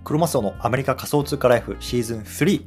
クロマスオのアメリカ仮想通貨ライフシーズン3。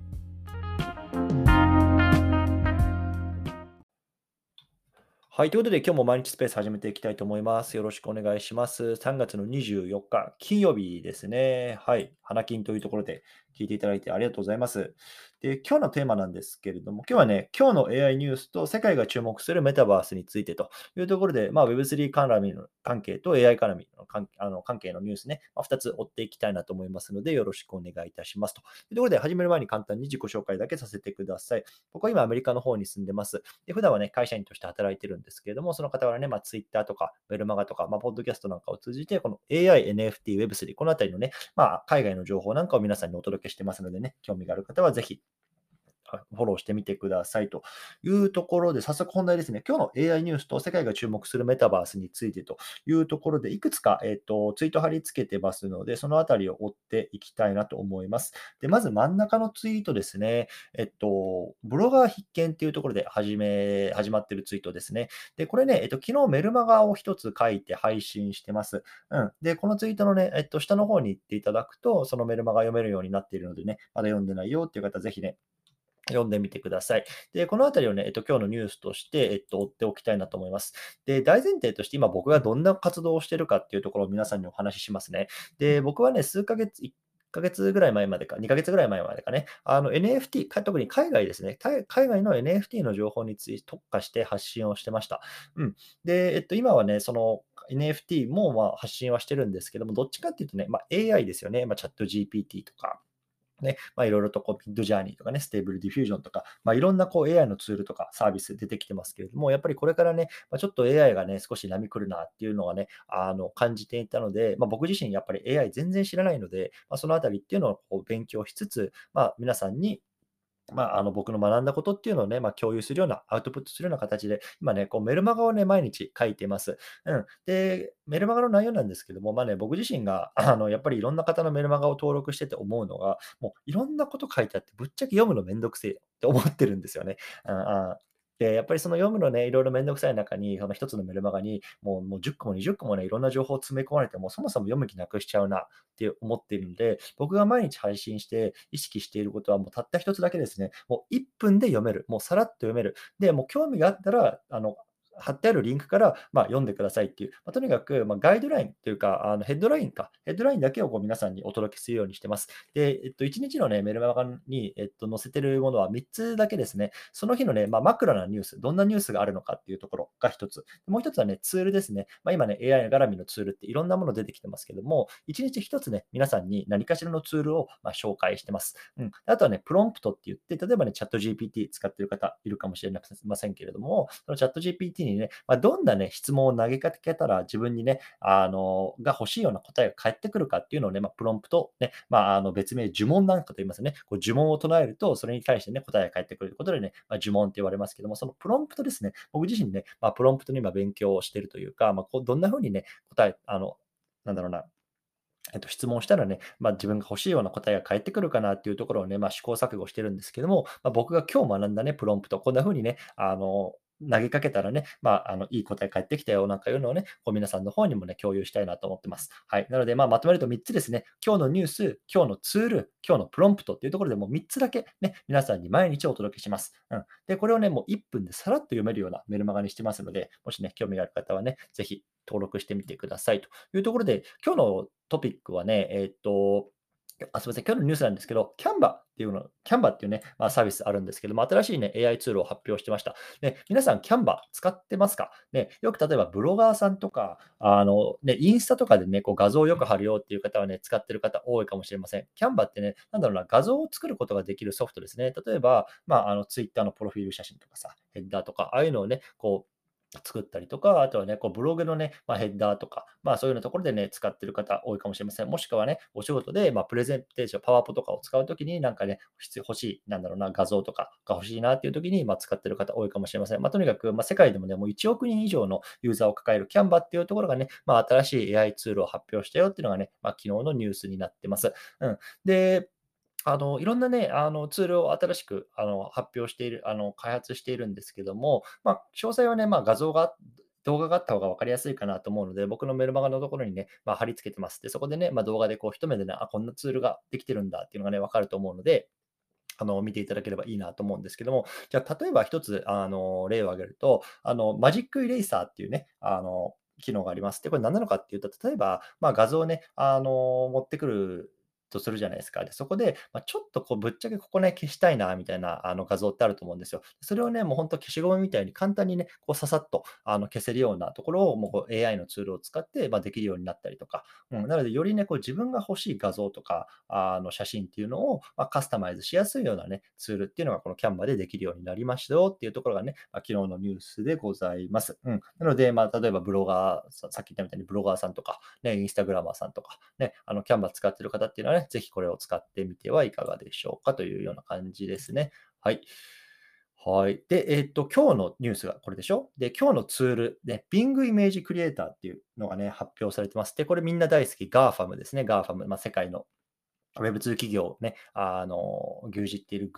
はい。ということで、今日も毎日スペース始めていきたいと思います。よろしくお願いします。3月の24日、金曜日ですね。はい。花金というところで聞いていただいてありがとうございます。で、今日のテーマなんですけれども、今日はね、今日の AI ニュースと世界が注目するメタバースについてというところで、Web3 絡みの関係と AI 絡みの関係のニュースね、2つ追っていきたいなと思いますので、よろしくお願いいたしますと。いうところで、始める前に簡単に自己紹介だけさせてください。僕は今アメリカの方に住んでます。で、普段はね、会社員として働いてるんですけれども、その傍らね、Twitter とかメルマガとか、ポッドキャストなんかを通じて、この AI、NFT、Web3、このあたりのね、海外の情報なんかを皆さんにお届けしてますのでね、興味がある方はぜひフォローしてみてくださいというところで、早速本題ですね。今日の AI ニュースと世界が注目するメタバースについてというところで、いくつか、ツイート貼り付けてますので、そのあたりを追っていきたいなと思います。で、まず真ん中のツイートですね。ブロガー必見っていうところで始まってるツイートですね。で、これね、昨日メルマガを一つ書いて配信してます。で、このツイートのね、下の方に行っていただくと、そのメルマガ読めるようになっているのでね、まだ読んでないよっていう方、ぜひね、読んでみてください。で、このあたりをね、今日のニュースとして、追っておきたいなと思います。で、大前提として今僕がどんな活動をしているかっていうところを皆さんにお話ししますね。で、僕はね、数ヶ月、1ヶ月ぐらい前までか、2ヶ月ぐらい前までかね、NFT、特に海外ですね、海外の NFT の情報について特化して発信をしてました。うん。で、今はね、その NFT も発信はしてるんですけども、どっちかっていうとね、AI ですよね、チャット GPT とか、ね、いろいろとミッドジャーニーとかね、ステーブルディフュージョンとか、いろんなAI のツールとかサービス出てきてますけれども、やっぱりこれからね、ちょっと AI がね、少し波来るなっていうのがね、感じていたので、僕自身やっぱり AI 全然知らないので、そのあたりっていうのをこう勉強しつつ、皆さんに僕の学んだことっていうのをね、共有するような、アウトプットするような形で、今ね、こうメルマガをね、毎日書いてます。で、メルマガの内容なんですけども、僕自身が、やっぱりいろんな方のメルマガを登録してて思うのが、もういろんなこと書いてあって、ぶっちゃけ読むのめんどくせえって思ってるんですよね。で、やっぱりその読むのね、いろいろめんどくさい中に、その一つのメルマガに、もう10個も20個もね、いろんな情報を詰め込まれても、そもそも読む気なくしちゃうなって思っているので、僕が毎日配信して意識していることはもうたった一つだけですね。もう1分で読める。もうさらっと読める。で、もう興味があったら、貼ってあるリンクから、読んでくださいっていう、とにかく、ガイドラインというか、ヘッドラインか、ヘッドラインだけをこう皆さんにお届けするようにしてます。で、1日のね、メルマガに、載せてるものは3つだけですね。その日のね、マクロなニュース、どんなニュースがあるのかっていうところが1つ。もう1つはね、ツールですね。今ね、AI 絡みのツールっていろんなもの出てきてますけども、1日1つね、皆さんに何かしらのツールを、紹介してます。あとはね、プロンプトって言って、例えばね、チャット GPT 使ってる方いるかもしれませんけれども、そのチャット GPT にね、どんなね、質問を投げかけたら自分にね、が欲しいような答えが返ってくるかっていうのをね、プロンプト、ね、別名呪文なんかと言いますね。こう呪文を唱えると、それに対してね、答えが返ってくるということでね、呪文って言われますけども、そのプロンプトですね。僕自身ね、プロンプトに今勉強をしているというか、こうどんな風にね、答え、なんだろうな、質問したらね、自分が欲しいような答えが返ってくるかなっていうところをね、試行錯誤してるんですけども、僕が今日学んだね、プロンプト、こんな風にね、投げかけたらね、いい答え返ってきたよなんかいうのをね、こう皆さんの方にもね、共有したいなと思ってます。はい。なので、まとめると3つですね。今日のニュース、今日のツール、今日のプロンプトっていうところでもう3つだけね、皆さんに毎日お届けします。で、これをね、もう1分でさらっと読めるようなメルマガにしてますので、もしね、興味がある方はね、ぜひ登録してみてくださいというところで、今日のトピックはね、すみません、今日のニュースなんですけど、キャンバっていうね、サービスあるんですけども、新しいね、AI ツールを発表してました。で、皆さん、キャンバ使ってますかね、よく例えばブロガーさんとか、インスタとかでね、こう画像をよく貼るよっていう方はね、使ってる方多いかもしれません。キャンバってね、画像を作ることができるソフトですね。例えば、ツイッターのプロフィール写真とかさ、ヘッダーとか、ああいうのをね、こう、作ったりとか、あとはね、こうブログのね、ヘッダーとか、そういうようなところでね、使ってる方多いかもしれません。もしくはね、お仕事で、プレゼンテーション、パワポとかを使うときに、なんかね、欲しい、画像とかが欲しいなっていうときに、使ってる方多いかもしれません。とにかく、世界でもね、もう1億人以上のユーザーを抱えるキャンバっていうところがね、新しい AI ツールを発表したよっていうのがね、昨日のニュースになってます。で、いろんなね、ツールを新しく、発表している開発しているんですけども、詳細はね、画像が動画があった方が分かりやすいかなと思うので、僕のメルマガのところにね、貼り付けてます。で、そこでね、動画でこう一目でね、こんなツールができてるんだっていうのがね、分かると思うので、見ていただければいいなと思うんですけども、じゃあ、例えば一つ、例を挙げると、マジックイレイサーっていうね、機能があります。で、これ何なのかっていうと、例えば、画像をね、持ってくるとするじゃないですか。で、そこで、ちょっとこう、ぶっちゃけここね、消したいなみたいな、画像ってあると思うんですよ。それをね、もう本当消しゴムみたいに簡単にね、こう、ささっと、消せるようなところを、もうこう、AI のツールを使って、できるようになったりとか、なので、よりね、こう自分が欲しい画像とか、写真っていうのを、カスタマイズしやすいようなね、ツールっていうのがこのキャンバでできるようになりましたよっていうところがね、昨日のニュースでございます。なので、例えばブロガー、さっき言ったみたいにブロガーさんとか、ね、インスタグラマーさんとか、ね、キャンバ使ってる方っていうのはね、ぜひこれを使ってみてはいかがでしょうかというような感じですね。はい。はい。で、今日のニュースがこれでしょ。で、今日のツールで、Bing イメージクリエイターっていうのがね、発表されてます。で、これみんな大好き GAFAM ですね。GAFAM、世界の Web2 企業をね、牛耳っている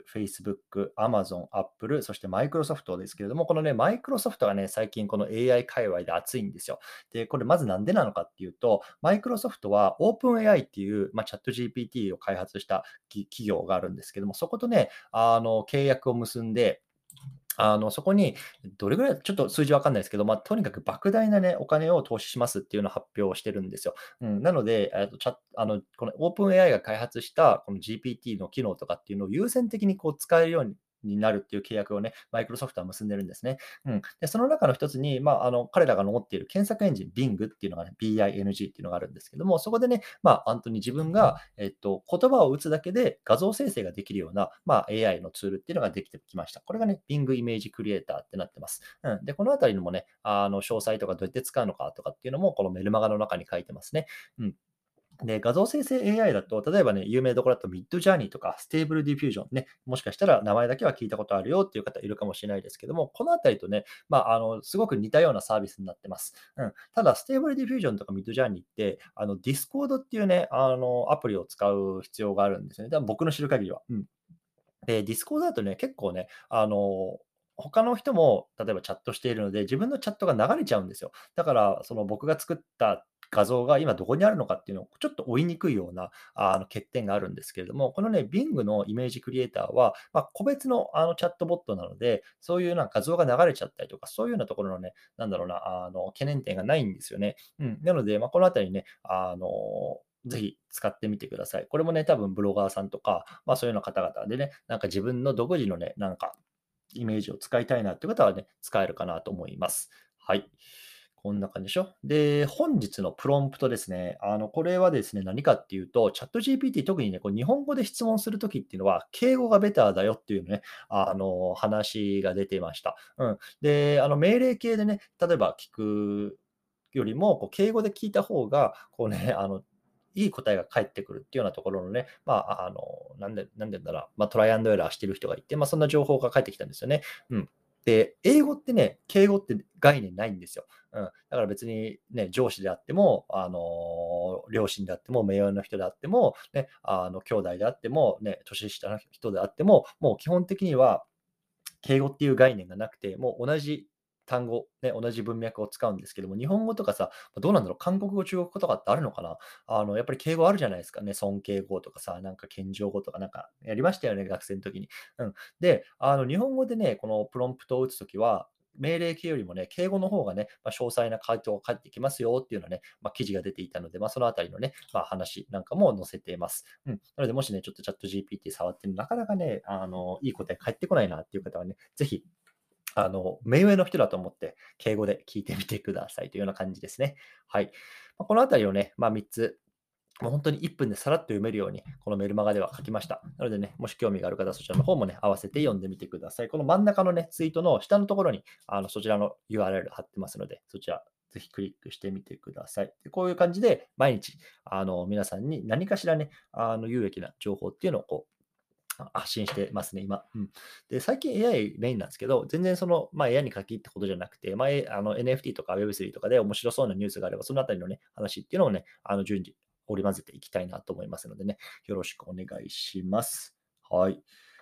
Google、Facebook、Amazon、Apple、そして Microsoft ですけれども、このね、Microsoft がね、最近この AI 界隈で熱いんですよ。で、これまずなんでなのかっていうと、Microsoft は OpenAI っていう、チャット GPT を開発した企業があるんですけども、そことね、契約を結んで、そこにどれぐらい、ちょっと数字わかんないですけど、とにかく莫大なね、お金を投資しますっていうのを発表をしてるんですよ。なので、えっと、チャあの、この OpenAI が開発したこの GPT の機能とかっていうのを優先的にこう使えるようになるっていう契約をね、マイクロソフトは結んでるんですね。で、その中の一つに、彼らが持っている検索エンジン、Bing っていうのがね、BING っていうのがあるんですけども、そこでね、本当に自分が、言葉を打つだけで画像生成ができるような、AI のツールっていうのができてきました。これがね、Bing イメージクリエイターってなってます。で、このあたりにもね、詳細とかどうやって使うのかとかっていうのも、このメルマガの中に書いてますね。うん。で、画像生成 AI だと、例えばね、有名どころだとミッドジャーニーとかステーブルディフュージョンね、もしかしたら名前だけは聞いたことあるよっていう方いるかもしれないですけども、このあたりとね、すごく似たようなサービスになってます。ただ、ステーブルディフュージョンとかミッドジャーニーって、ディスコードっていうね、アプリを使う必要があるんですよね。多分僕の知る限りは。で、ディスコードだとね、結構ね、他の人も例えばチャットしているので、自分のチャットが流れちゃうんですよ。だから、その僕が作った画像が今どこにあるのかっていうのをちょっと追いにくいような欠点があるんですけれども、このね、Bing のイメージクリエイターは、個別のチャットボットなので、そういう画像が流れちゃったりとか、そういうようなところのね、なんだろうな、懸念点がないんですよね。なので、このあたりね、ぜひ使ってみてください。これもね、多分ブロガーさんとか、そういうような方々でね、なんか自分の独自のね、なんかイメージを使いたいなっていう方はね、使えるかなと思います。はい。こんな感じでしょ。で、本日のプロンプトですね。これはですね、何かっていうと、チャット GPT、特にね、こう日本語で質問するときっていうのは、敬語がベターだよっていうね、話が出てました。で、命令形でね、例えば聞くよりも、こう敬語で聞いた方が、こうね、いい答えが返ってくるっていうようなところのね、なんでだろう、トライアンドエラーしてる人がいて、そんな情報が返ってきたんですよね。で、英語ってね、敬語って概念ないんですよ。だから別にね、上司であっても、両親であっても、名誉の人であっても、ね、兄弟であっても、ね、年下の人であっても、もう基本的には敬語っていう概念がなくて、もう同じ単語、ね、同じ文脈を使うんですけども、日本語とかさ、どうなんだろう、韓国語、中国語とかってあるのかな。やっぱり敬語あるじゃないですかね。尊敬語とかさ、なんか謙譲語とかなんかやりましたよね、学生の時に。で、日本語でね、このプロンプトを打つときは、命令形よりもね、敬語の方がね、詳細な回答が返ってきますよっていうのはね、記事が出ていたので、そのあたりのね、話なんかも載せています。なので、もしね、ちょっとチャット GPT 触ってなかなかね、いい答え返ってこないなっていう方はね、ぜひ、目上の人だと思って、敬語で聞いてみてくださいというような感じですね。はい。このあたりをね、3つ、もう本当に1分でさらっと読めるように、このメルマガでは書きました。なのでね、もし興味がある方はそちらの方もね、合わせて読んでみてください。この真ん中のね、ツイートの下のところに、そちらの URL 貼ってますので、そちらぜひクリックしてみてください。でこういう感じで毎日、皆さんに何かしらね、有益な情報っていうのをこう発信してますね、今。で、最近 AI メインなんですけど、全然その、AI に限ったことじゃなくて、NFT とか Web3 とかで面白そうなニュースがあれば、そのあたりのね、話っていうのをね、順次織り交ぜていきたいなと思いますのでね、よろしくお願いします。はい。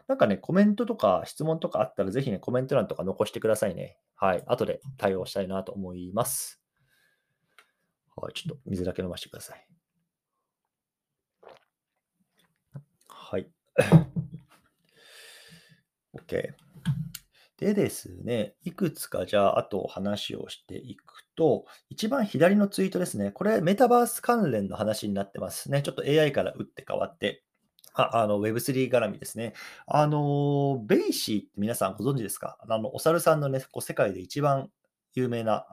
なんかね、コメントとか質問とかあったら、ぜひね、コメント欄とか残してくださいね。はい。後で対応したいなと思います。はい、ちょっと水だけ飲ましてください。はい。OK。でですね、いくつかじゃあ、あと話をしていくと、一番左のツイートですね。これメタバース関連の話になってますね。ちょっと AI から打って変わって、Web3 絡みですね。ベイシーって皆さんご存知ですか？お猿さんのね、こう世界で一番有名な、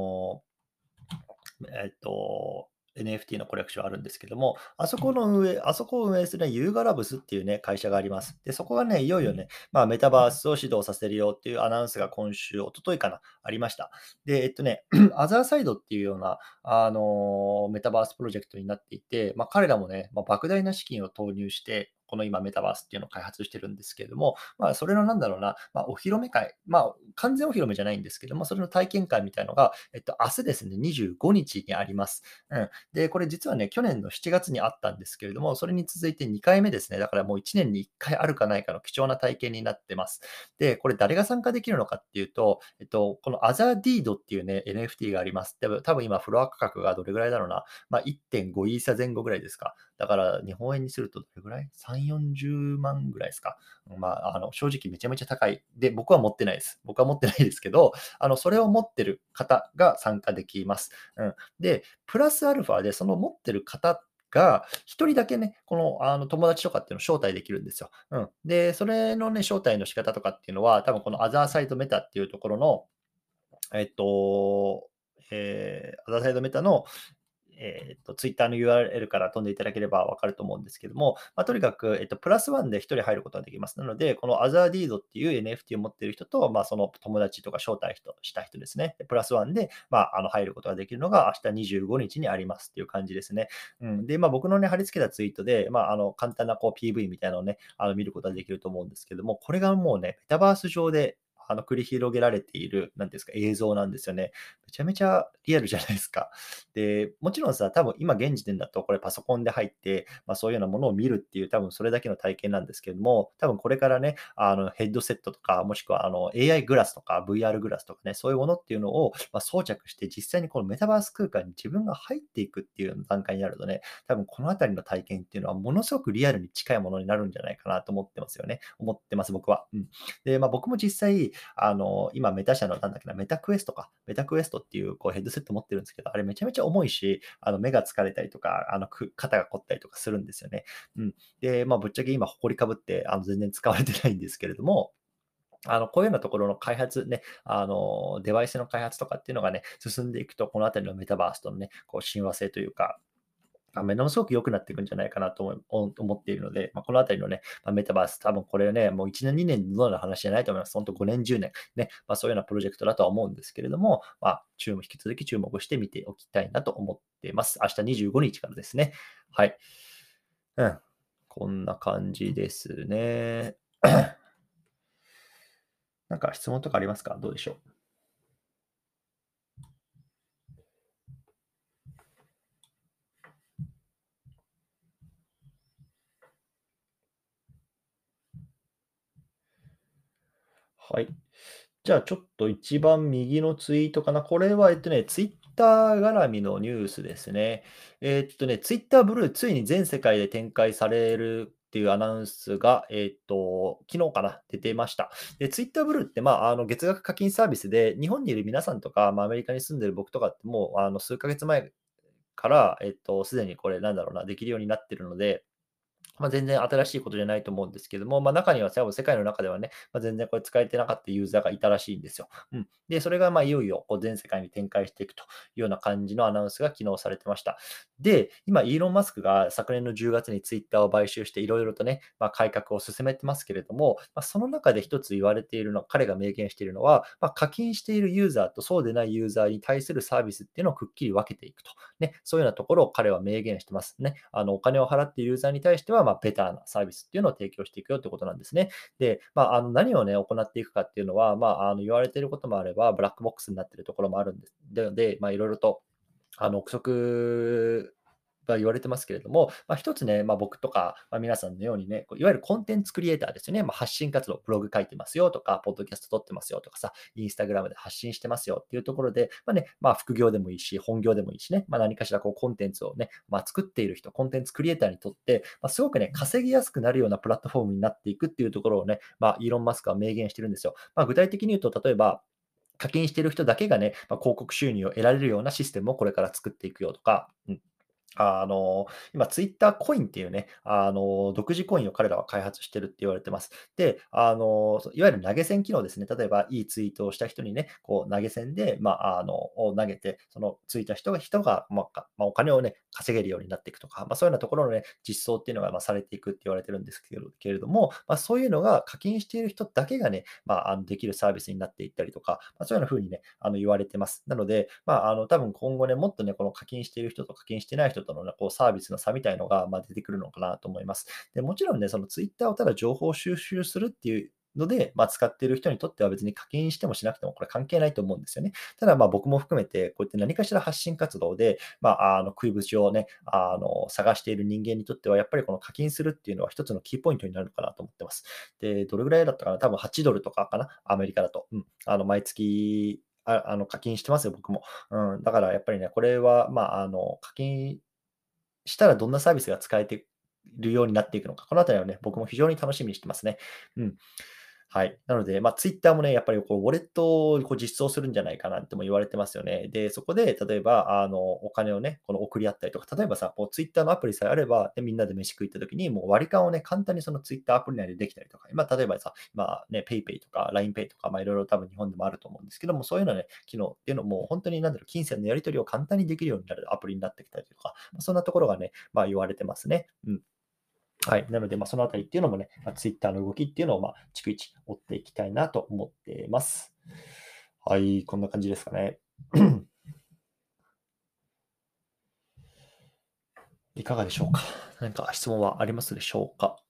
えっと、NFT のコレクションあるんですけども、あそこを運営するね、ユーガラブスっていうね、会社があります。で、そこがね、いよいよね、メタバースを始動させるよっていうアナウンスが今週、一昨日かな、ありました。で、アザーサイドっていうような、メタバースプロジェクトになっていて、彼らもね、莫大な資金を投入して、この今メタバースっていうのを開発してるんですけれども、それのなんだろうな、お披露目会、完全お披露目じゃないんですけども、それの体験会みたいのが、明日ですね、25日にあります。うん。で、これ実はね、去年の7月にあったんですけれども、それに続いて2回目ですね。だからもう1年に1回あるかないかの貴重な体験になってます。で、これ誰が参加できるのかっていうと、このアザーディードっていうね、NFT があります。多分今フロア価格がどれぐらいだろうな。1.5イーサ前後ぐらいですか。だから日本円にするとどれぐらい？ 3、40万ぐらいですか。正直めちゃめちゃ高い。で、僕は持ってないです。僕は持ってないですけど、それを持ってる方が参加できます。うん。で、プラスアルファでその持ってる方が1人だけね、この、友達とかっていうのを招待できるんですよ。うん。で、それのね、招待の仕方とかっていうのは、多分このアザーサイドメタっていうところの、えっと、アザーサイドメタのツイッターの URL から飛んでいただければわかると思うんですけども、とにかく、プラスワンで1人入ることができます。なので、このアザーディードっていう NFT を持っている人と、その友達とか招待した人ですね。でプラスワンで、入ることができるのが明日25日にありますっていう感じですね。うん。で、僕のね、貼り付けたツイートで、簡単なこう PV みたいなのをね、見ることができると思うんですけども、これがもうね、メタバース上で繰り広げられている、なんていうんですか、映像なんですよね。めちゃめちゃリアルじゃないですか。で、もちろんさ、多分今現時点だとこれパソコンで入って、そういうようなものを見るっていう多分それだけの体験なんですけれども、多分これからね、ヘッドセットとか、もしくはAI グラスとか VR グラスとかね、そういうものっていうのを、装着して実際にこのメタバース空間に自分が入っていくっていうような段階になるとね、多分このあたりの体験っていうのはものすごくリアルに近いものになるんじゃないかなと思ってますよね。思ってます、僕は。うん。で、僕も実際、今メタ社のなんだっけな、メタクエストっていうこうヘッドセット持ってるんですけど、あれめちゃめちゃ重いし、目が疲れたりとか、肩が凝ったりとかするんですよね。うん。で、ぶっちゃけ今埃かぶって、全然使われてないんですけれども、こういうようなところの開発ね、デバイスの開発とかっていうのがね、進んでいくと、このあたりのメタバースとのね、こう親和性というか、ものすごく良くなっていくんじゃないかなと思っているので、このあたりのね、メタバース、多分これね、もう1年、2年のような話じゃないと思います。本当5年、10年、ね、そういうようなプロジェクトだとは思うんですけれども、引き続き注目して見ておきたいなと思っています。明日25日からですね。はい。うん。こんな感じですね。なんか質問とかありますか？どうでしょう？はい。じゃあちょっと一番右のツイートかな。これはツイッター絡みのニュースですね。ツイッターブルーついに全世界で展開されるっていうアナウンスが、昨日かな、出てました。で、ツイッターブルーって、月額課金サービスで、日本にいる皆さんとか、アメリカに住んでる僕とかってもう、数ヶ月前から、すでにこれなんだろうな、できるようになってるので、全然新しいことじゃないと思うんですけども、中には多分世界の中ではね、全然これ使えてなかったユーザーがいたらしいんですよ。うん。で、それがいよいよこう全世界に展開していくというような感じのアナウンスが昨日されてました。で、今、イーロン・マスクが昨年の10月にツイッターを買収していろいろとね、改革を進めてますけれども、その中で一つ言われているの、彼が明言しているのは、課金しているユーザーとそうでないユーザーに対するサービスっていうのをくっきり分けていくと。ね、そういうようなところを彼は明言してますね。お金を払っているユーザーに対しては、ベターなサービスっていうのを提供していくよってことなんですね。で、何をね、行っていくかっていうのは、言われていることもあれば、ブラックボックスになっているところもあるんです。で、いろいろと、憶測は言われてますけれども、一つね、僕とか、皆さんのようにね、こういわゆるコンテンツクリエイターですよね。発信活動、ブログ書いてますよとか、ポッドキャスト撮ってますよとかさ、インスタグラムで発信してますよっていうところで、副業でもいいし、本業でもいいしね、何かしらこうコンテンツをね、作っている人、コンテンツクリエイターにとって、すごくね、稼ぎやすくなるようなプラットフォームになっていくっていうところをね、イーロン・マスクは明言してるんですよ。具体的に言うと、例えば、課金している人だけがね、広告収入を得られるようなシステムをこれから作っていくよとか、今、ツイッターコインっていうね、独自コインを彼らは開発してるって言われてます。で、いわゆる投げ銭機能ですね。例えば、いいツイートをした人にね、こう投げ銭で、を投げて、そのついた人が、お金をね、稼げるようになっていくとか、そういうようなところのね、実装っていうのが、されていくって言われてるんですけれども、そういうのが課金している人だけがね、できるサービスになっていったりとか、そういうような風にね、言われてます。なので、多分今後ね、もっとね、この課金している人と課金してない人とのね、こうサービスの差みたいのが、出てくるのかなと思います。で、もちろんね、そのツイッターをただ情報収集するっていうので、使っている人にとっては別に課金してもしなくてもこれ関係ないと思うんですよね。ただ僕も含めて、こうやって何かしら発信活動で、食いぶちをね、探している人間にとっては、やっぱりこの課金するっていうのは一つのキーポイントになるのかなと思ってます。で、どれぐらいだったかな、多分8ドルとかかな、アメリカだと。うん。毎月、課金してますよ、僕も。うん。だからやっぱりね、これは、課金したらどんなサービスが使えてるようになっていくのか、このあたりはね、僕も非常に楽しみにしてますね。うん。はい。なので、ツイッターもね、やっぱりこう、ウォレットをこう実装するんじゃないかなっても言われてますよね。で、そこで例えば、お金をね、この送り合ったりとか、例えばさ、こうツイッターのアプリさえあれば、で、みんなで飯食い行った時に、もう割り勘をね、簡単にそのツイッターアプリ内でできたりとか、例えばさ、ペイペイとか LINEPay とか、いろいろ多分日本でもあると思うんですけども、そういうのね、機能っていうのも本当になんだろう、金銭のやり取りを簡単にできるようになるアプリになってきたりとか、そんなところがね、言われてますね。うん。はい。なので、そのあたりっていうのもね、ツイッターの動きっていうのを、逐一追っていきたいなと思っています。はい、こんな感じですかね。いかがでしょうか。何か質問はありますでしょうか。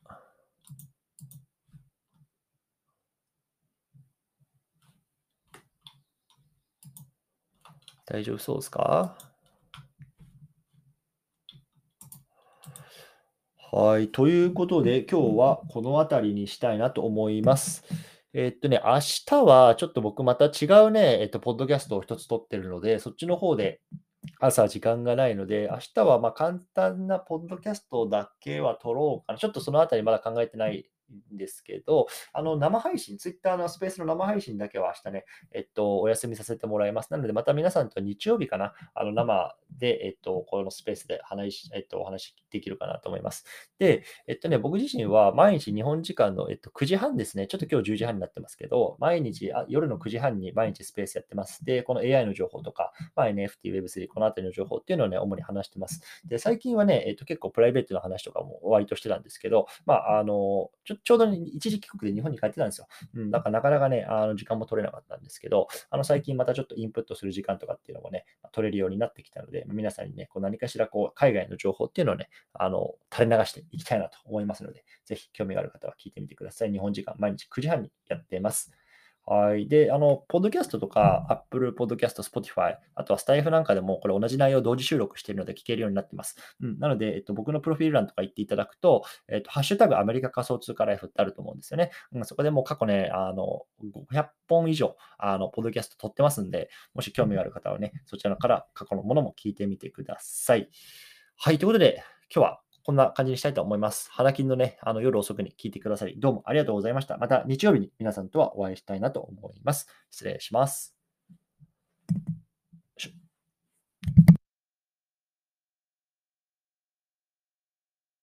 大丈夫そうですか？はい。ということで、今日はこの辺りにしたいなと思います。明日はちょっと僕また違うね、ポッドキャストを一つ撮ってるので、そっちの方で朝時間がないので、明日は簡単なポッドキャストだけは撮ろうかな。ちょっとそのあたりまだ考えてないんですけど、生配信、ツイッターのスペースの生配信だけは明日ね、お休みさせてもらいます。なので、また皆さんと日曜日かな、生で、このスペースでお話できるかなと思います。で、僕自身は毎日日本時間の、9時半ですね。ちょっと今日10時半になってますけど、毎日、夜の9時半に毎日スペースやってます。で、この AI の情報とか、NFT、Web3、このあたりの情報っていうのをね、主に話してます。で、最近はね、結構プライベートな話とかも割としてたんですけど、ちょうどね、一時帰国で日本に帰ってたんですよ。うん、だからなかなかね、時間も取れなかったんですけど、最近またちょっとインプットする時間とかっていうのもね、取れるようになってきたので、皆さんにね、こう何かしらこう海外の情報っていうのをね、垂れ流していきたいなと思いますので、ぜひ興味がある方は聞いてみてください。日本時間毎日9時半にやっています。はい。で、ポッドキャストとか、Apple Podcast、Spotify、あとはスタイフなんかでも、これ同じ内容を同時収録しているので聞けるようになってます。うん。なので、僕のプロフィール欄とか言っていただくと、ハッシュタグアメリカ仮想通貨ライフってあると思うんですよね。うん、そこでもう過去ね、500本以上、ポッドキャスト撮ってますんで、もし興味がある方はね、そちらから過去のものも聞いてみてください。はい。ということで、今日はこんな感じにしたいと思います。花金のね、夜遅くに聞いてくださり、どうもありがとうございました。また日曜日に皆さんとはお会いしたいなと思います。失礼します。